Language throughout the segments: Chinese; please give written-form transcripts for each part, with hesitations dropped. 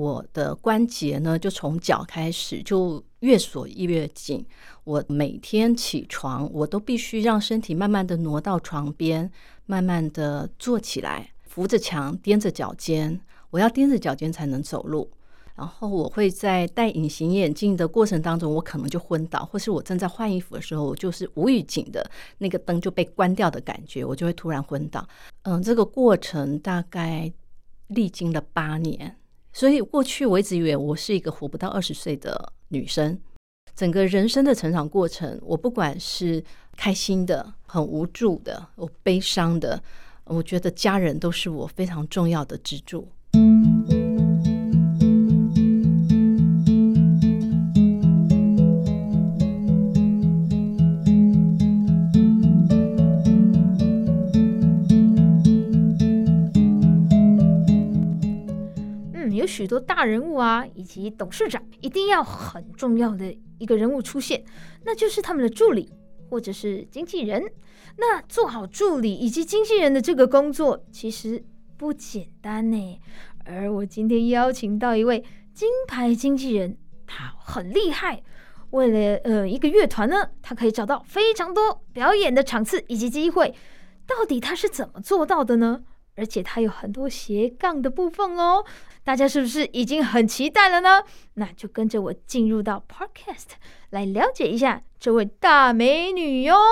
我的关节呢就从脚开始就越锁越紧，我每天起床我都必须让身体慢慢的挪到床边，慢慢的坐起来，扶着墙踮着脚尖，我要踮着脚尖才能走路。然后我会在戴隐形眼镜的过程当中，我可能就昏倒，或是我正在换衣服的时候，我就是无预警的那个灯就被关掉的感觉，我就会突然昏倒。这个过程大概历经了8年，所以过去我一直以为我是一个活不到20岁的女生。整个人生的成长过程，我不管是开心的、很无助的、我悲伤的，我觉得家人都是我非常重要的支柱。 有许多大人物啊，以及董事长，一定要很重要的一个人物出现，那就是他们的助理或者是经纪人。那做好助理以及经纪人的这个工作其实不简单呢。而我今天邀请到一位金牌经纪人，他很厉害，为了一个乐团呢，他可以找到非常多表演的场次以及机会。到底他是怎么做到的呢？而且他有很多斜杠的部分哦，大家是不是已经很期待了呢？那就跟着我进入到 Podcast 来了解一下这位大美女哟。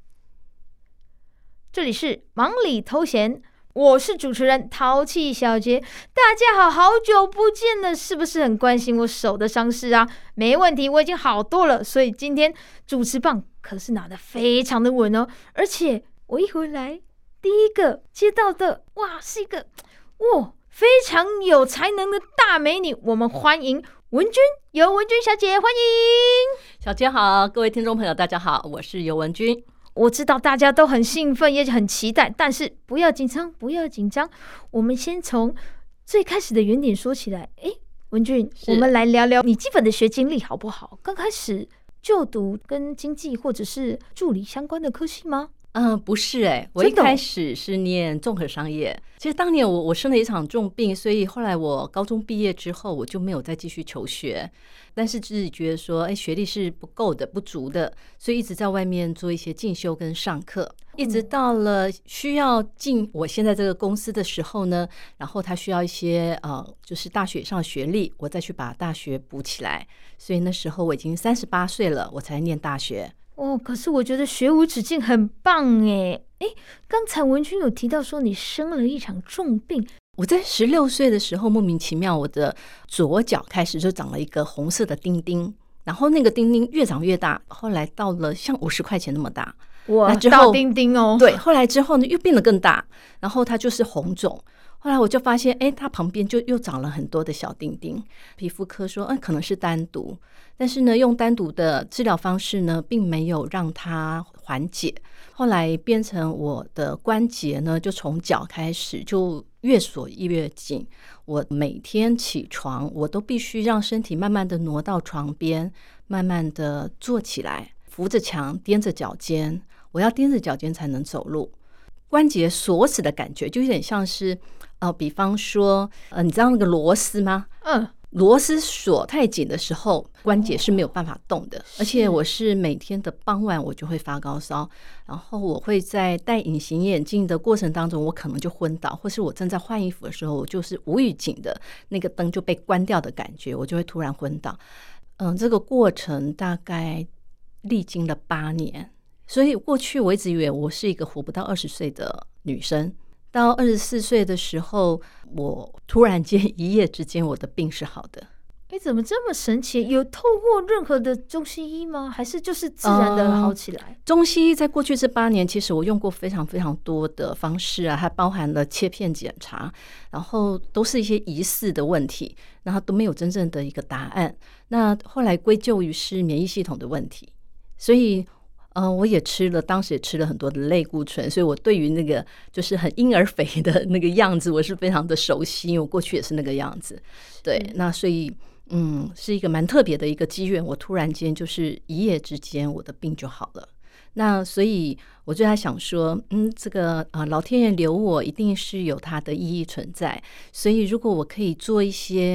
这里是忙里偷闲，我是主持人淘气小杰。大家好，好久不见了，是不是很关心我手的伤势啊？没问题，我已经好多了，所以今天主持棒可是拿得非常的稳哦。而且我一回来第一个接到的，哇，是一个非常有才能的大美女，我们欢迎文君，尤文君小姐，欢迎。 小杰好，各位听众朋友大家好，我是尤文君。 我知道大家都很兴奋也很期待，但是不要紧张，不要紧张，我们先从最开始的原点说起来。文君，我们来聊聊你基本的学经历好不好？刚开始就读跟经济或者是助理相关的科系吗？ 不是我一开始是念综合商业。其实当年我生了一场重病，所以后来我高中毕业之后，我就没有再继续求学。但是自己觉得说，学历是不够的、不足的，所以一直在外面做一些进修跟上课。一直到了需要进我现在这个公司的时候呢，然后他需要一些就是大学以上的学历，我再去把大学补起来。所以那时候我已经38岁了，我才念大学。 可是我觉得学无止境很棒耶。刚才文君有提到说你生了一场重病。 我在16岁的时候莫名其妙我的左脚开始就长了一个红色的钉钉，然后那个钉钉越长越大，后来到了像50块钱那么大。 哇，大钉钉哦。 对，后来之后呢又变得更大，然后它就是红肿。后来我就发现它旁边就又长了很多的小钉钉。皮肤科说可能是单独，但是呢用单独的治疗方式呢并没有让它缓解。后来变成我的关节呢就从脚开始就越锁越紧，我每天起床我都必须让身体慢慢的挪到床边，慢慢的坐起来，扶着墙踮着脚尖，我要踮着脚尖才能走路。关节锁死的感觉就有点像是比方说你知道那个螺丝吗？螺丝锁太紧的时候关节是没有办法动的。而且我是每天的傍晚我就会发高烧，然后我会在戴隐形眼镜的过程当中我可能就昏倒，或是我正在换衣服的时候我就是无预警的那个灯就被关掉的感觉，我就会突然昏倒。这个过程大概历经了8年。所以过去我一直以为我是一个活不到20岁的女生。到24岁的时候，我突然间一夜之间我的病是好的。 怎么这么神奇？有透过任何的中西医吗？还是就是自然的好起来？ 中西医在过去这8年其实我用过非常非常多的方式啊，还包含了切片检查，然后都是一些疑似的问题，然后都没有真正的一个答案。那后来归咎于是免疫系统的问题。所以我也当时也吃了很多的类固醇，所以我对于那个就是很婴儿肥的那个样子我是非常的熟悉，因为我过去也是那个样子。对，那所以是一个蛮特别的一个机缘，我突然间就是一夜之间我的病就好了。那所以我就在想说这个老天爷留我一定是有它的意义存在。所以如果我可以做一些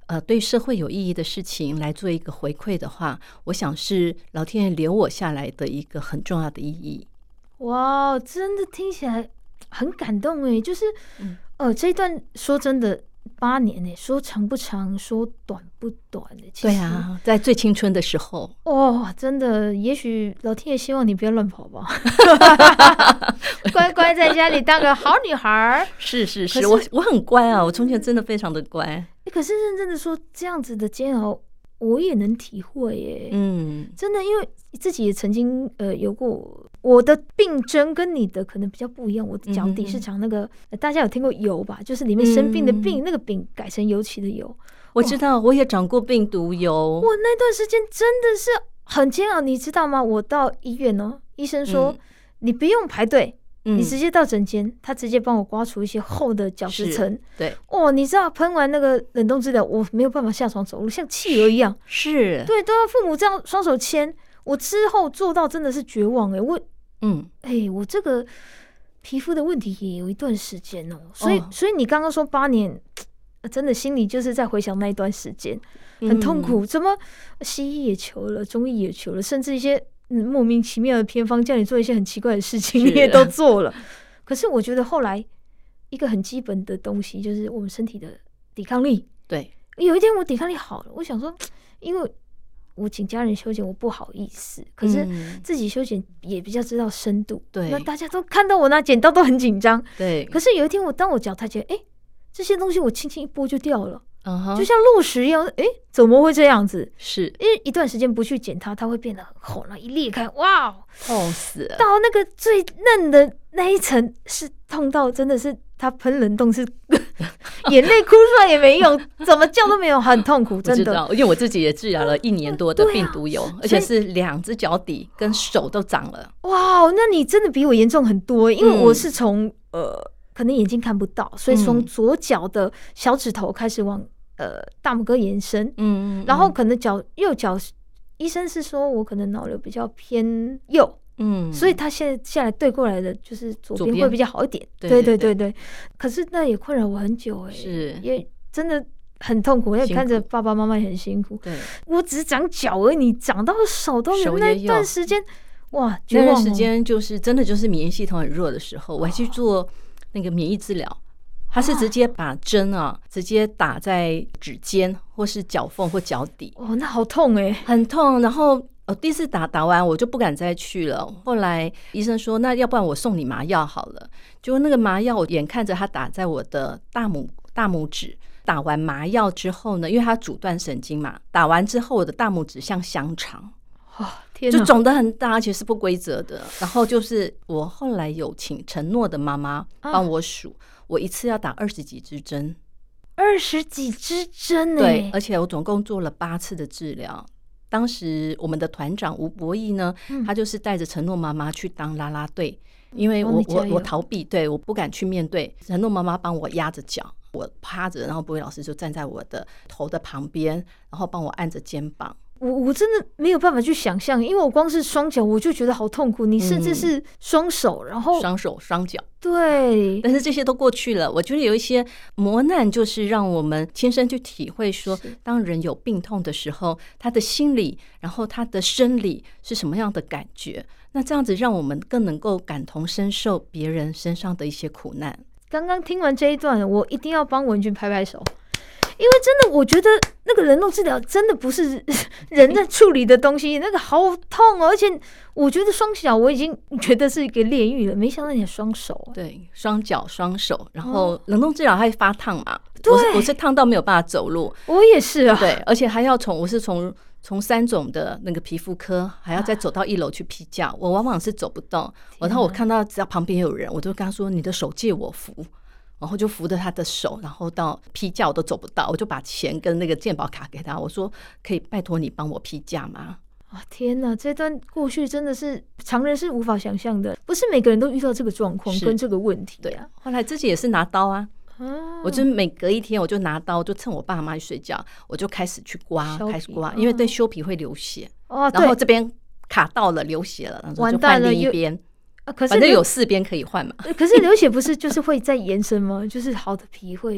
对社会有意义的事情来做一个回馈的话，我想是老天爷留我下来的一个很重要的意义。 哇，真的听起来很感动哎，就是这一段说真的8年哎，说长不长，说短不短哎，其实对啊，在最青春的时候， 哇，真的，也许老天爷希望你不要乱跑吧，乖乖在家里当个好女孩。 是，我很乖啊，我从前真的非常的乖。 可是认真的说，这样子的煎熬，我也能体会耶。真的，因为自己也曾经有过，我的病症跟你的可能比较不一样。我的脚底是长那个，大家有听过疣吧？就是里面生病的病，那个病改成油漆的油。 我知道，我也长过病毒疣。 我那段时间真的是很煎熬，你知道吗？我到医院哦，医生说你不用排队。你直接到诊间，他直接帮我刮除一些厚的角质层。 对， 你知道喷完那个冷冻治疗，我没有办法下床走路，像企鹅一样。 是， 对，都要父母这样双手牵。我之后做到真的是绝望我这个皮肤的问题也有一段时间哦。所以你刚刚说8年，真的心里就是在回想那一段时间，很痛苦。怎么西医也求了，中医也求了，甚至一些莫名其妙的偏方叫你做一些很奇怪的事情，你也都做了。可是我觉得后来一个很基本的东西就是我们身体的抵抗力。 对， 有一天我抵抗力好了，我想说，因为我请家人修剪，我不好意思，可是自己修剪也比较知道深度。 对， 那大家都看到我拿剪刀都很紧张。 对， 可是有一天当我脚抬起来，这些东西我轻轻一拨就掉了。 就像落石一样，怎么会这样子？ 是因为一段时间不去剪它会变得很厚，然后一裂开，哇， 痛死了！ 到那个最嫩的那一层是痛到真的是它喷冷冻是眼泪哭出来也没用，怎么叫都没有，很痛苦，真的。 我知道，因为我自己也治疗了1年多的病毒疣，而且是2只脚底跟手都长了。 哇，那你真的比我严重很多，因为我是从可能眼睛看不到，所以从左脚的小指头开始往大拇哥延伸，然后可能右脚，医生是说我可能脑瘤比较偏右，所以他现在下来对过来的就是左边会比较好一点，对。可是那也困扰我很久是也真的很痛苦，因为看着爸爸妈妈也很辛苦。 对， 我只是长脚而已，你长到手都有那段时间，哇，绝望。 那段时间就是真的就是免疫系统很弱的时候，我还去做那个免疫治疗。他是直接把针直接打在指尖或是脚缝或脚底。 那好痛很痛。然后第一次打完我就不敢再去了。后来医生说，那要不然我送你麻药好了。结果那个麻药我眼看着他打在我的大拇指。打完麻药之后呢，因为它阻断神经嘛，打完之后我的大拇指像香肠。 天哪， 就肿得很大，而且是不规则的。然后就是我后来有请承诺的妈妈帮我数，我一次要打20几支针 ，20几支针对，而且我总共做了8次的治疗。当时我们的团长吴博义呢，他就是带着承诺妈妈去当啦啦队，因为我逃避，对，我不敢去面对。承诺妈妈帮我压着脚，我趴着，然后博义老师就站在我的头的旁边，然后帮我按着肩膀。 我真的没有办法去想象，因为我光是双脚我就觉得好痛苦，你甚至是双手，然后双手双脚， 对， 但是这些都过去了。我觉得有一些磨难就是让我们亲身去体会说，当人有病痛的时候，他的心理然后他的生理是什么样的感觉，那这样子让我们更能够感同身受别人身上的一些苦难。 刚刚听完这一段，我一定要帮文君拍拍手，因为真的我觉得那个冷冻治疗真的不是人在处理的东西，那个好痛而且我觉得双脚我已经觉得是一个炼狱了，没想到你的双手对，双脚双手，然后冷冻治疗还发烫嘛，我是烫到没有办法走路， 我也是啊， 对，而且还要我是从3种的那个皮肤科还要再走到1楼去批假，我往往是走不动。然后我看到只要旁边有人，我就跟他说：“你的手借我扶。”然后就扶着他的手，然后到批假我都走不到，我就把钱跟那个健保卡给他，我说：“可以拜托你帮我批假吗？” 天哪，这段过去真的是常人是无法想象的，不是每个人都遇到这个状况跟这个问题。 对啊，后来自己也是拿刀啊。我就每隔一天我就拿刀，就趁我爸妈去睡觉，我就开始去刮，因为对修皮会流血，然后这边卡到了流血了，然后就换另一边，反正有4边可以换嘛。 可是流血不是就是会再延伸吗？就是好的皮会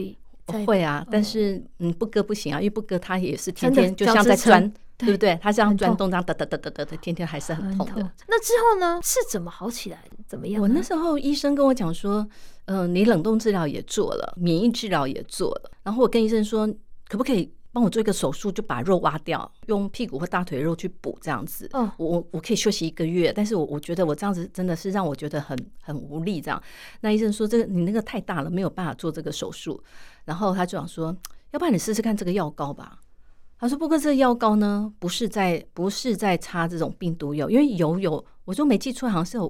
会啊，但是不割不行啊，因为不割它也是天真的天就像在钻，对不对？它这样很痛钻动，这样哒哒哒哒哒的，天天还是很痛的。 那之后呢？是怎么好起来的？怎么样呢？ 我那时候医生跟我讲说，你冷冻治疗也做了，免疫治疗也做了，然后我跟医生说，可不可以帮我做一个手术，就把肉挖掉，用屁股或大腿肉去补这样子。我可以休息1个月，但是我觉得我这样子真的是让我觉得很无力这样。那医生说你那个太大了，没有办法做这个手术。然后他就讲说，要不然你试试看这个药膏吧。他说不过这个药膏呢，不是在擦这种病毒油，因为有我说没记错，好像是有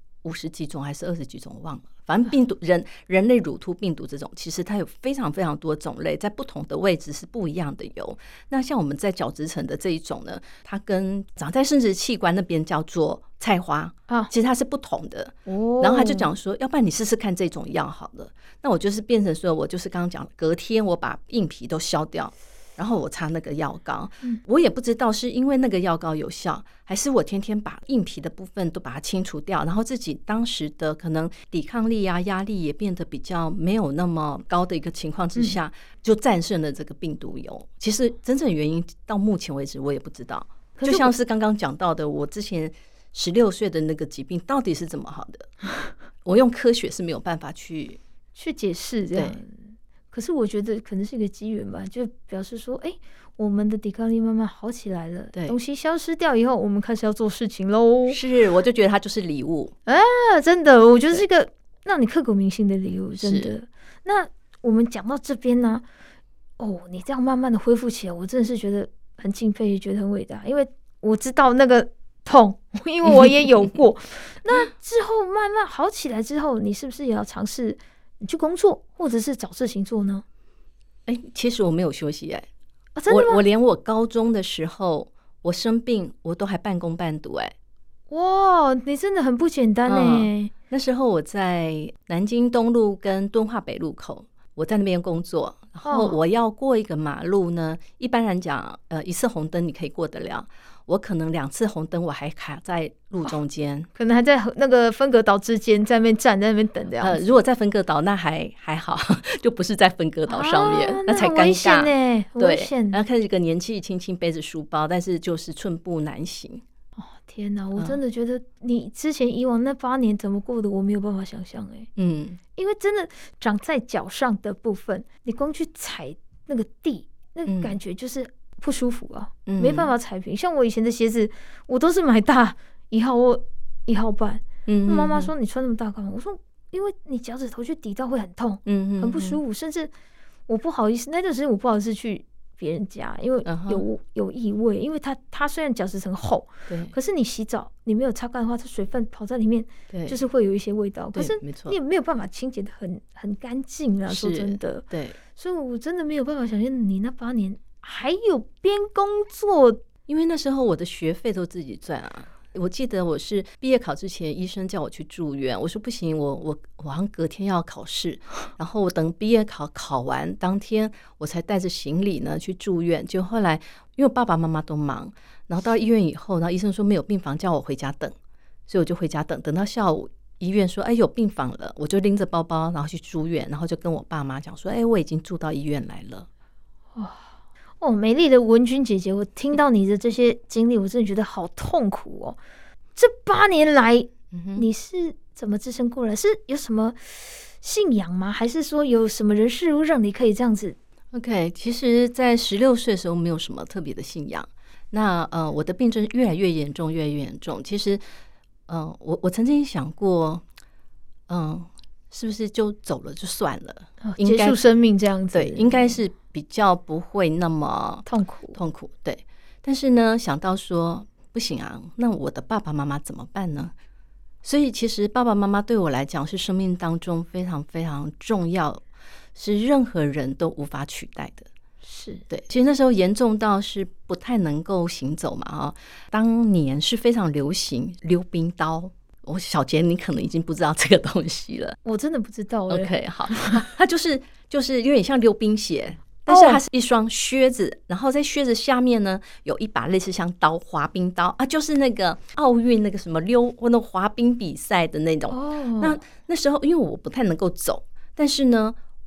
50几种还是20几种，我忘了。反正病毒人类乳突病毒这种，其实它有非常非常多种类，在不同的位置是不一样的油。那像我们在角质层的这一种呢，它跟长在生殖器官那边叫做菜花其实它是不同的。然后他就讲说，要不然你试试看这种药好了。那我就是变成说，我就是刚刚讲，隔天我把硬皮都削掉，然后我擦那个药膏。我也不知道是因为那个药膏有效，还是我天天把硬皮的部分都把它清除掉，然后自己当时的可能抵抗力啊、压力也变得比较没有那么高的一个情况之下，就战胜了这个病毒疣。其实真正原因到目前为止我也不知道，就像是刚刚讲到的，我之前16岁的那个疾病到底是怎么好的，我用科学是没有办法去解释这样。可是我觉得可能是一个机缘吧，就表示说，我们的抵抗力慢慢好起来了，东西消失掉以后，我们开始要做事情喽。 是，我就觉得它就是礼物真的，我觉得是一个让你刻骨铭心的礼物，真的。那我们讲到这边呢，你这样慢慢的恢复起来，我真的是觉得很敬佩，也觉得很伟大，因为我知道那个痛，因为我也有过。那之后慢慢好起来之后，你是不是也要尝试你去工作，或者是找事情做呢？ 其实我没有休息真的吗？ 我连我高中的时候我生病我都还半工半读哇，你真的很不简单那时候我在南京东路跟敦化北路口，我在那边工作，然后我要过一个马路呢，一般人讲一次红灯你可以过得了，我可能2次红灯我还卡在路中间， 可能还在那个分隔岛之间在那边站，在那边等这样子。 如果在分隔岛那还好，就不是在分隔岛上面，那才尴尬。 对， 然后看这个年纪轻轻背着书包，但是就是寸步难行。 天哪，我真的觉得你之前以往那8年怎么过的，我没有办法想象因为真的长在脚上的部分，你光去踩那个地，那个感觉就是不舒服啊，没办法踩平。像我以前的鞋子，我都是买大1号或1号半。妈妈说你穿那么大干嘛？我说因为你脚趾头去抵到会很痛，很不舒服，甚至我不好意思，那段时间我不好意思去别人家，因为有异味，因为它虽然角质层厚，可是你洗澡你没有擦干的话，它水分跑在里面，就是会有一些味道。可是你也没有办法清洁的很干净啊，说真的。 对， 所以我真的没有办法想象你那8年还有边工作， 因为那时候我的学费都自己赚啊。我记得我是毕业考之前，医生叫我去住院，我说不行，我好像隔天要考试，然后我等毕业考完当天，我才带着行李呢去住院。就后来因为我爸爸妈妈都忙，然后到医院以后，然后医生说没有病房，叫我回家等，所以我就回家等到下午医院说有病房了，我就拎着包包然后去住院，然后就跟我爸妈讲说我已经住到医院来了。 美丽的文君姐姐，我听到你的这些经历，我真的觉得好痛苦哦。这8年来，你是怎么支撑过来？是有什么信仰吗？还是说有什么人事物让你可以这样子 ？OK， 其实在16岁的时候没有什么特别的信仰。那我的病症越来越严重，越来越严重。其实我曾经想过，是不是就走了就算了， 结束生命这样子？ 对，应该是比较不会那么痛苦。对，但是呢，想到说不行啊，那我的爸爸妈妈怎么办呢？所以其实爸爸妈妈对我来讲是生命当中非常非常重要，是任何人都无法取代的。 是对，其实那时候严重到是不太能够行走嘛，当年是非常流行溜冰刀。小杰你可能已经不知道这个东西了， 我真的不知道。 OK， 好，它就是有点像溜冰鞋，但是它是一双靴子，然后在靴子下面呢有一把类似像刀，滑冰刀啊，就是那个奥运那个什么那滑冰比赛的那种。那时候因为我不太能够走，但是呢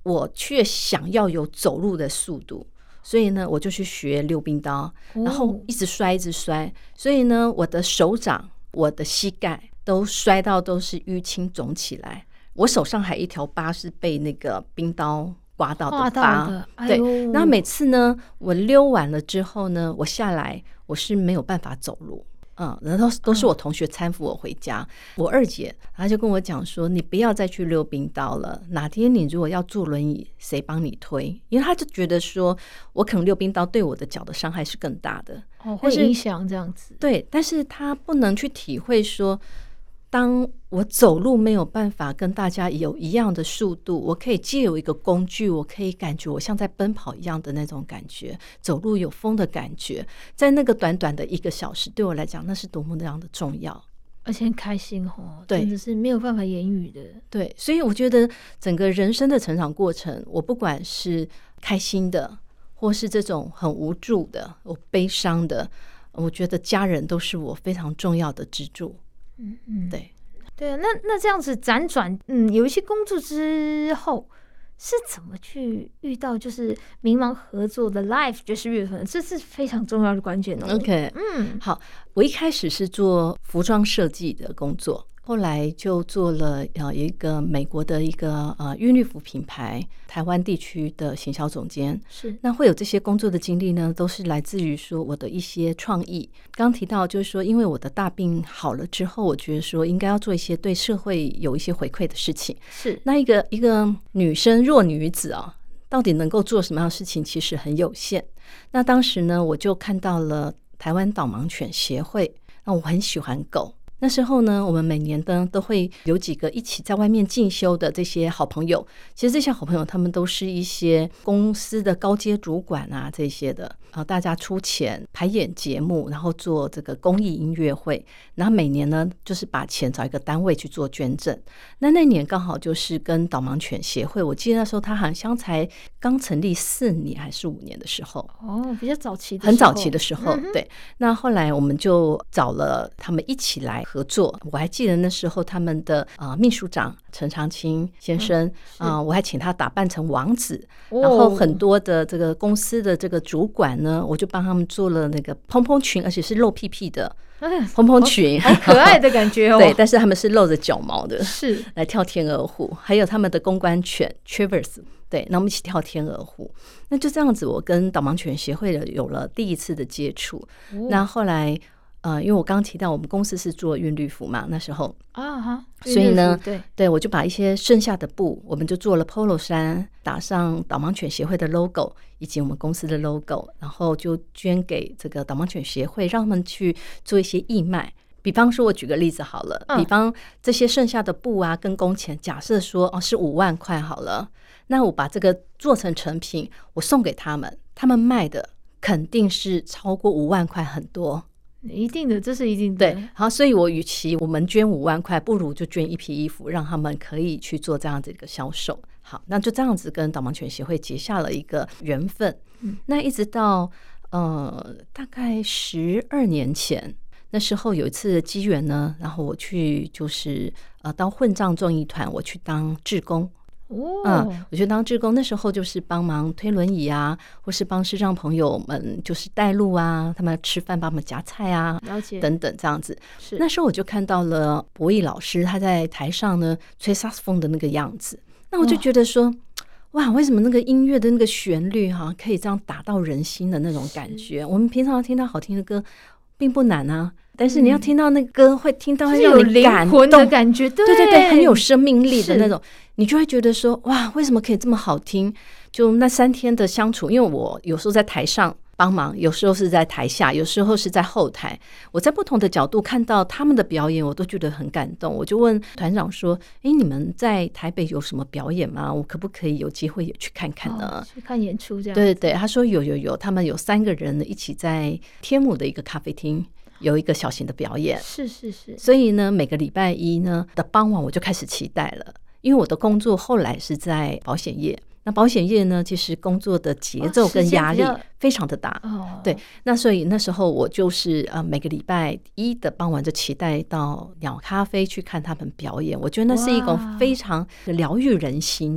我却想要有走路的速度，所以呢，我就去学溜冰刀，然后一直摔，一直摔。所以呢，我的手掌、我的膝盖都摔到都是淤青肿起来。我手上还一条疤是被那个冰刀刮到的疤。对，然后每次呢，我溜完了之后呢，我下来我是没有办法走路。然后都是我同学搀扶我回家。我二姐她就跟我讲说，你不要再去溜冰刀了，哪天你如果要坐轮椅，谁帮你推？因为她就觉得说我可能溜冰刀对我的脚的伤害是更大的， 会影响这样子。 对，但是她不能去体会说，当我走路没有办法跟大家有一样的速度，我可以借有一个工具，我可以感觉我像在奔跑一样的那种感觉，走路有风的感觉，在那个短短的1个小时，对我来讲那是多么那样的重要， 而且很开心对， 真的是没有办法言语的。 对，所以我觉得整个人生的成长过程，我不管是开心的，或是这种很无助的、我悲伤的，我觉得家人都是我非常重要的支柱。对， 那这样子辗转，有一些工作之后，是怎么去遇到就是明盲合作的 live 爵士乐团？这是非常重要的关键哦。 OK， 好，我一开始是做服装设计的工作，后来就做了一个美国的一个韵律服品牌台湾地区的行销总监。 是， 那会有这些工作的经历呢，都是来自于说我的一些创意。刚提到就是说，因为我的大病好了之后，我觉得说应该要做一些对社会有一些回馈的事情。 是， 那一个女生弱女子到底能够做什么样的事情，其实很有限。那当时呢，我就看到了台湾导盲犬协会，那我很喜欢狗。那时候呢，我们每年呢都会有几个一起在外面进修的这些好朋友。其实这些好朋友他们都是一些公司的高阶主管啊，这些的大家出钱排演节目，然后做这个公益音乐会，然后每年呢就是把钱找一个单位去做捐赠。那年刚好就是跟导盲犬协会，我记得那时候他好像才刚成立4年还是5年的时候， 比较早期的时候， 很早期的时候。对，那后来我们就找了他们一起来合作。我还记得那时候他们的秘书长陈长青先生我还请他打扮成王子，然后很多的这个公司的这个主管呢，我就帮他们做了那个蓬蓬裙，而且是露屁屁的蓬蓬裙， 好可爱的感觉对，但是他们是露着脚毛的， 是来跳天鹅湖。还有他们的公关犬 Travers， 对，那我们一起跳天鹅湖。那就这样子，我跟导盲犬协会有了第一次的接触。那后来因为我刚刚提到我们公司是做韵律服嘛，那时候所以呢，对，我就把一些剩下的布，我们就做了 polo 衫，打上导盲犬协会的 logo 以及我们公司的 logo， 然后就捐给这个导盲犬协会，让他们去做一些义卖。比方说，我举个例子好了，比方这些剩下的布啊跟工钱，假设说是5万块好了，那我把这个做成成品，我送给他们，他们卖的肯定是超过5万块很多。 一定的，这是一定的。 对，好，所以我与其我们捐5万块，不如就捐一批衣服，让他们可以去做这样子一个销售。好，那就这样子跟导盲犬协会结下了一个缘分。那一直到大概12年前，那时候有一次的机缘呢，然后我去就是到混账综艺团，我去当志工。我去当志工，那时候就是帮忙推轮椅啊，或是帮视障朋友们就是带路啊，他们吃饭帮他们夹菜啊， 了解等等这样子。那时候我就看到了博弈老师他在台上呢吹萨克斯风的那个样子，那我就觉得说，哇，为什么那个音乐的那个旋律可以这样打到人心的那种感觉？我们平常听到好听的歌并不难啊，但是你要听到那个歌，会听到会让你感动的感觉，对对对，很有生命力的那种，你就会觉得说，哇，为什么可以这么好听？就那3天的相处，因为我有时候在台上帮忙，有时候是在台下，有时候是在后台，我在不同的角度看到他们的表演，我都觉得很感动。我就问团长说，你们在台北有什么表演吗？我可不可以有机会也去看看呢？ 去看演出这样。 对对对，他说有，他们有3个人一起在天母的一个咖啡厅有一个小型的表演。 是， 所以呢，每个礼拜一呢的傍晚我就开始期待了，因为我的工作后来是在保险业。那保险业呢，其实工作的节奏跟压力非常的大。对，那所以那时候我就是每个礼拜一的傍晚就期待到鸟咖啡去看他们表演，我觉得那是一种非常疗愈人心的。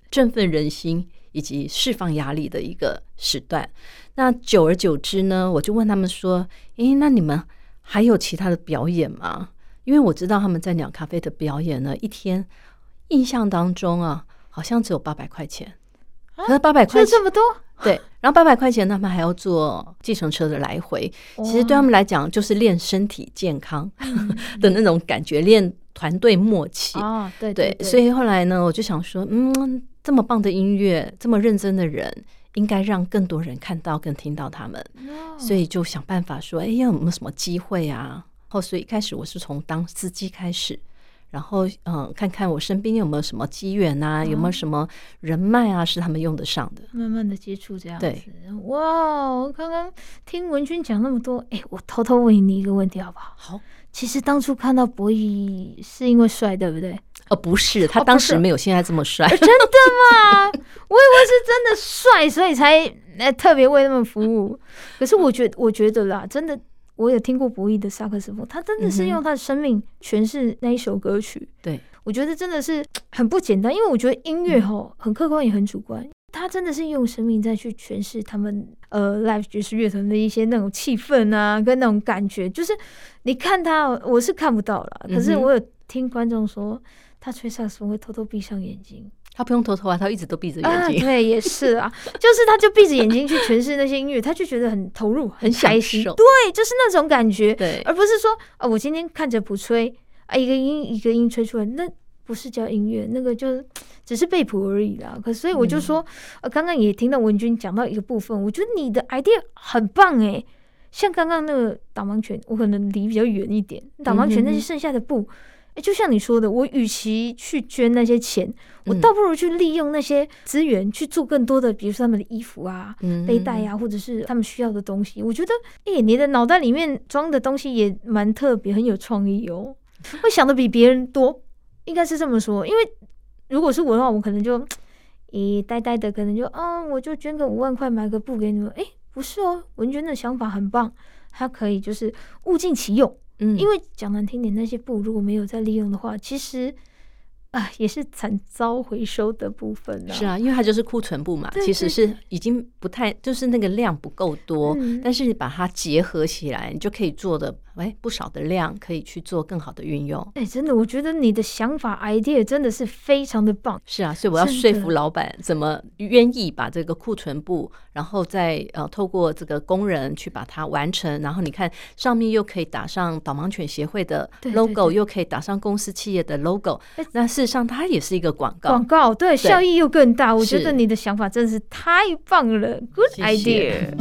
振奋人心以及释放压力的一个时段。那久而久之呢，我就问他们说，那你们还有其他的表演吗？因为我知道他们在鸟咖啡的表演呢，一天印象当中啊，好像只有800块钱。可是800块钱就这么多？ 对，然后800块钱他们还要坐计程车的来回，其实对他们来讲就是练身体健康的那种感觉，练团队默契。 对， 所以后来呢，我就想说，这么棒的音乐，这么认真的人，应该让更多人看到跟听到他们，所以就想办法说，有没有什么机会啊？所以一开始我是从当司机开始，然后看看我身边有没有什么机缘啊，有没有什么人脉啊是他们用得上的， 慢慢的接触这样子。 对， 哇，我刚刚听文君讲那么多，我偷偷问你一个问题好不好？ 好。 其实当初看到博弈是因为帅，对不对？ 不是，他当时没有现在这么帅。 真的吗？我以为是真的帅，所以才特别为他们服务。可是我觉得啦，真的，我有听过博弈的萨克斯风，他真的是用他的生命诠释那一首歌曲。 对， 我觉得真的是很不简单，因为我觉得音乐很客观也很主观。他真的是用生命再去诠释他们live 爵士乐团的一些那种气氛啊，跟那种感觉，就是你看他，我是看不到啦，可是我有听观众说，他吹萨克斯风会偷偷闭上眼睛。 他不用偷偷啊，他一直都闭着眼睛。 对，也是啊，就是他就闭着眼睛去诠释那些音乐，他就觉得很投入，很开心。对，就是那种感觉。 对， 而不是说我今天看着谱吹一个音一个音吹出来，那不是叫音乐，那个就只是背谱而已啦。所以我就说，刚刚也听到文君讲到一个部分，我觉得你的 idea 很棒像刚刚那个导盲犬，我可能离比较远一点，导盲犬那些剩下的布。就像你说的，我与其去捐那些钱，我倒不如去利用那些资源去做更多的，比如说他们的衣服啊、背带啊，或者是他们需要的东西。我觉得，你的脑袋里面装的东西也蛮特别，很有创意哦，会想的比别人多，应该是这么说。因为如果是我的话，我可能就呆呆的，可能就我就捐个5万块买个布给你们。不是哦，文娟的想法很棒，它可以就是物尽其用。因为讲难听点，那些布如果没有再利用的话，其实也是惨遭回收的部分是啊，因为它就是库存布嘛，其实是已经不太，就是那个量不够多，但是你把它结合起来，你就可以做的不少的量，可以去做更好的运用。 真的，我觉得你的想法 idea 真的是非常的棒。 是啊，所以我要说服老板怎么愿意把这个库存布，然后再透过这个工人去把它完成，然后你看上面又可以打上导盲犬协会的 logo， 又可以打上公司企业的 logo， 那事实上它也是一个广告， 对，效益又更大。我觉得你的想法真的是太棒了 ，Good idea。 谢谢。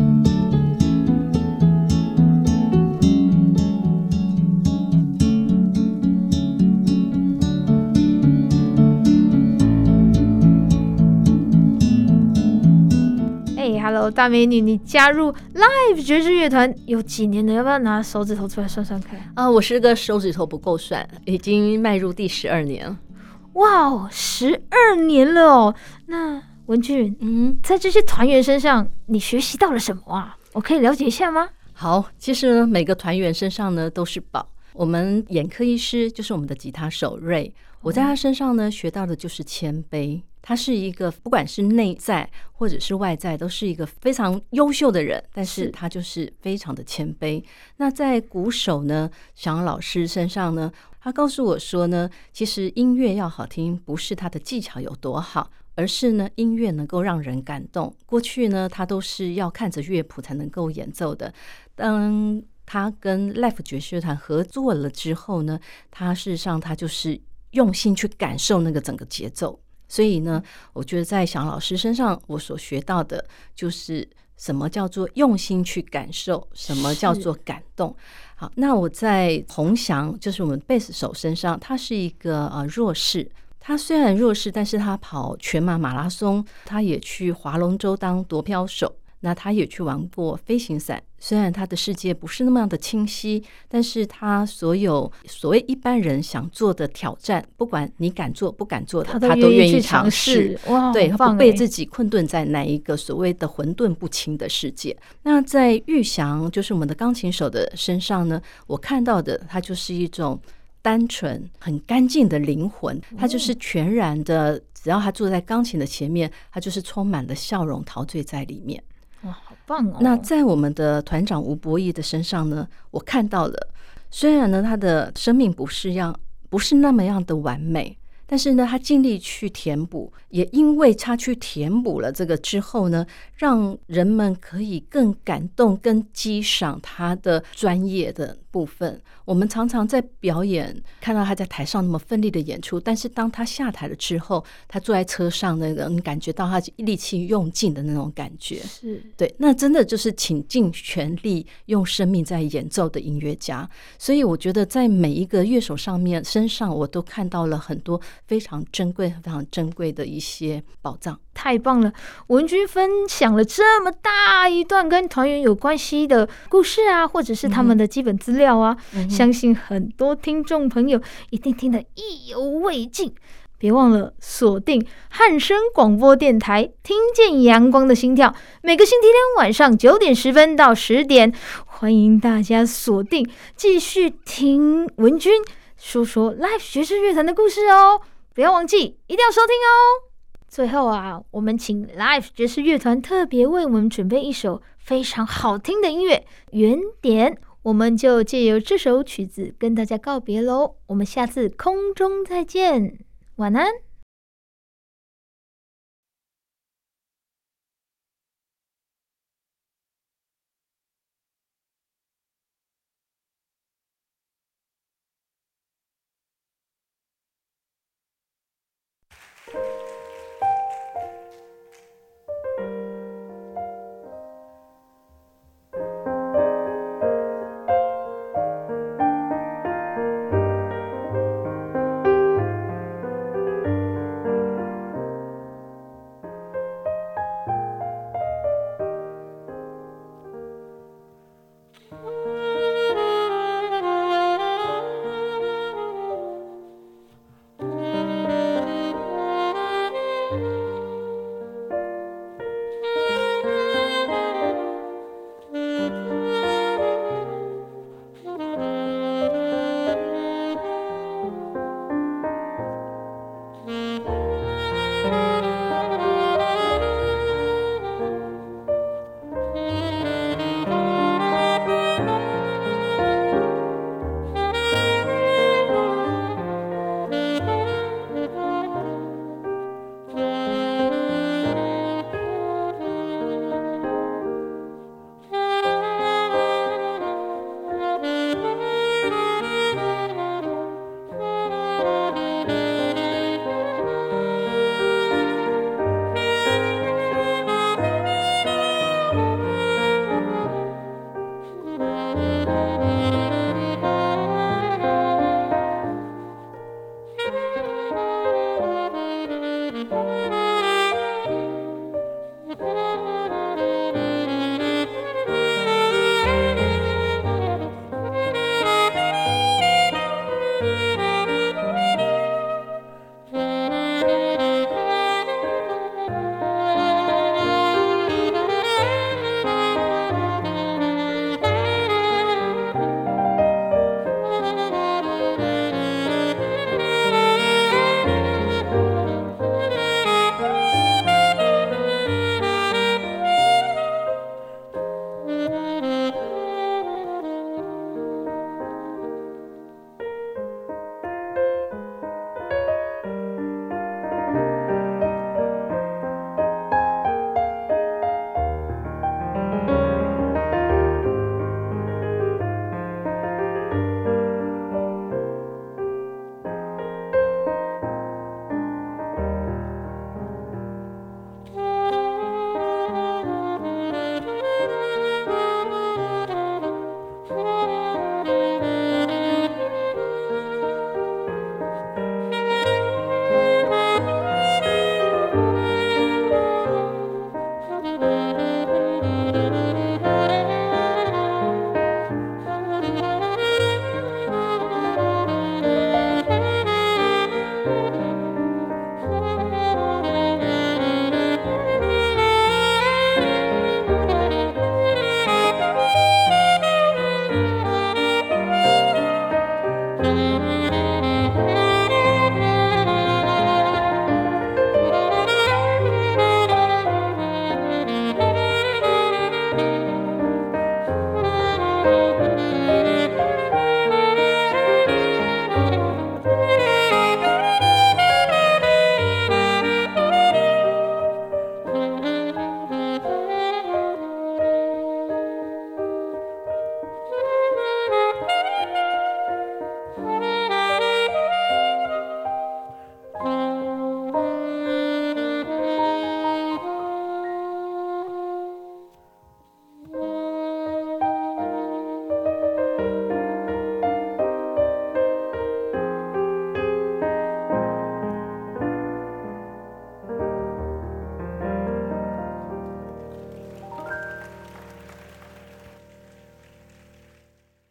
Hello， 大美女，你加入 Live 爵士乐团有几年了？要不要拿手指头出来算算看？ 我是个手指头不够算，已经迈入第12年。 哇，12年了哦！那文君，在这些团员身上，你学习到了什么啊？我可以了解一下吗？ 好，其实呢，每个团员身上呢都是宝。我们眼科医师就是我们的吉他手瑞，我在他身上呢学到的就是谦卑。他是一个不管是内在或者是外在都是一个非常优秀的人，但是他就是非常的谦卑。那在鼓手呢翔老师身上呢，他告诉我说呢，其实音乐要好听不是他的技巧有多好，而是呢音乐能够让人感动。过去呢他都是要看着乐谱才能够演奏的，当他跟 Live 爵士乐团合作了之后呢，他事实上他就是用心去感受那个整个节奏。所以呢，我觉得在翔老师身上我所学到的就是什么叫做用心去感受，什么叫做感动。好，那我在洪翔就是我们贝斯手身上，他是一个弱势，他虽然弱势，但是他跑全马马拉松，他也去划龙舟当夺标手，那他也去玩过飞行伞。虽然他的世界不是那么样的清晰，但是他所有所谓一般人想做的挑战，不管你敢做不敢做的，他都愿意尝试。对，他不被自己困顿在哪一个所谓的混沌不清的世界。那在玉祥就是我们的钢琴手的身上呢，我看到的他就是一种单纯很干净的灵魂，他就是全然的只要他坐在钢琴的前面，他就是充满了笑容，陶醉在里面。 哇，好棒哦！ 那在我们的团长吴博义的身上呢，我看到了，虽然呢他的生命不是那么样的完美，但是呢他尽力去填补，也因为他去填补了这个之后呢，让人们可以更感动、更激赏他的专业的部分。我们常常在表演看到他在台上那么奋力的演出，但是当他下台了之后，他坐在车上那个，你感觉到他力气用尽的那种感觉， 是对，那真的就是倾尽全力用生命在演奏的音乐家。所以我觉得在每一个乐手身上，我都看到了很多非常珍贵、非常珍贵的一些宝藏。 太棒了！文君分享了这么大一段跟团员有关系的故事啊，或者是他们的基本资料啊，相信很多听众朋友一定听得意犹未尽。别忘了锁定汉声广播电台，听见阳光的心跳，每个星期天晚上9:10到10点，欢迎大家锁定，继续听文君说说 Live 爵士乐团的故事哦！不要忘记，一定要收听哦！最后啊，我们请 Live 爵士乐团特别为我们准备一首非常好听的音乐《原点》，我们就借由这首曲子跟大家告别喽。我们下次空中再见，晚安。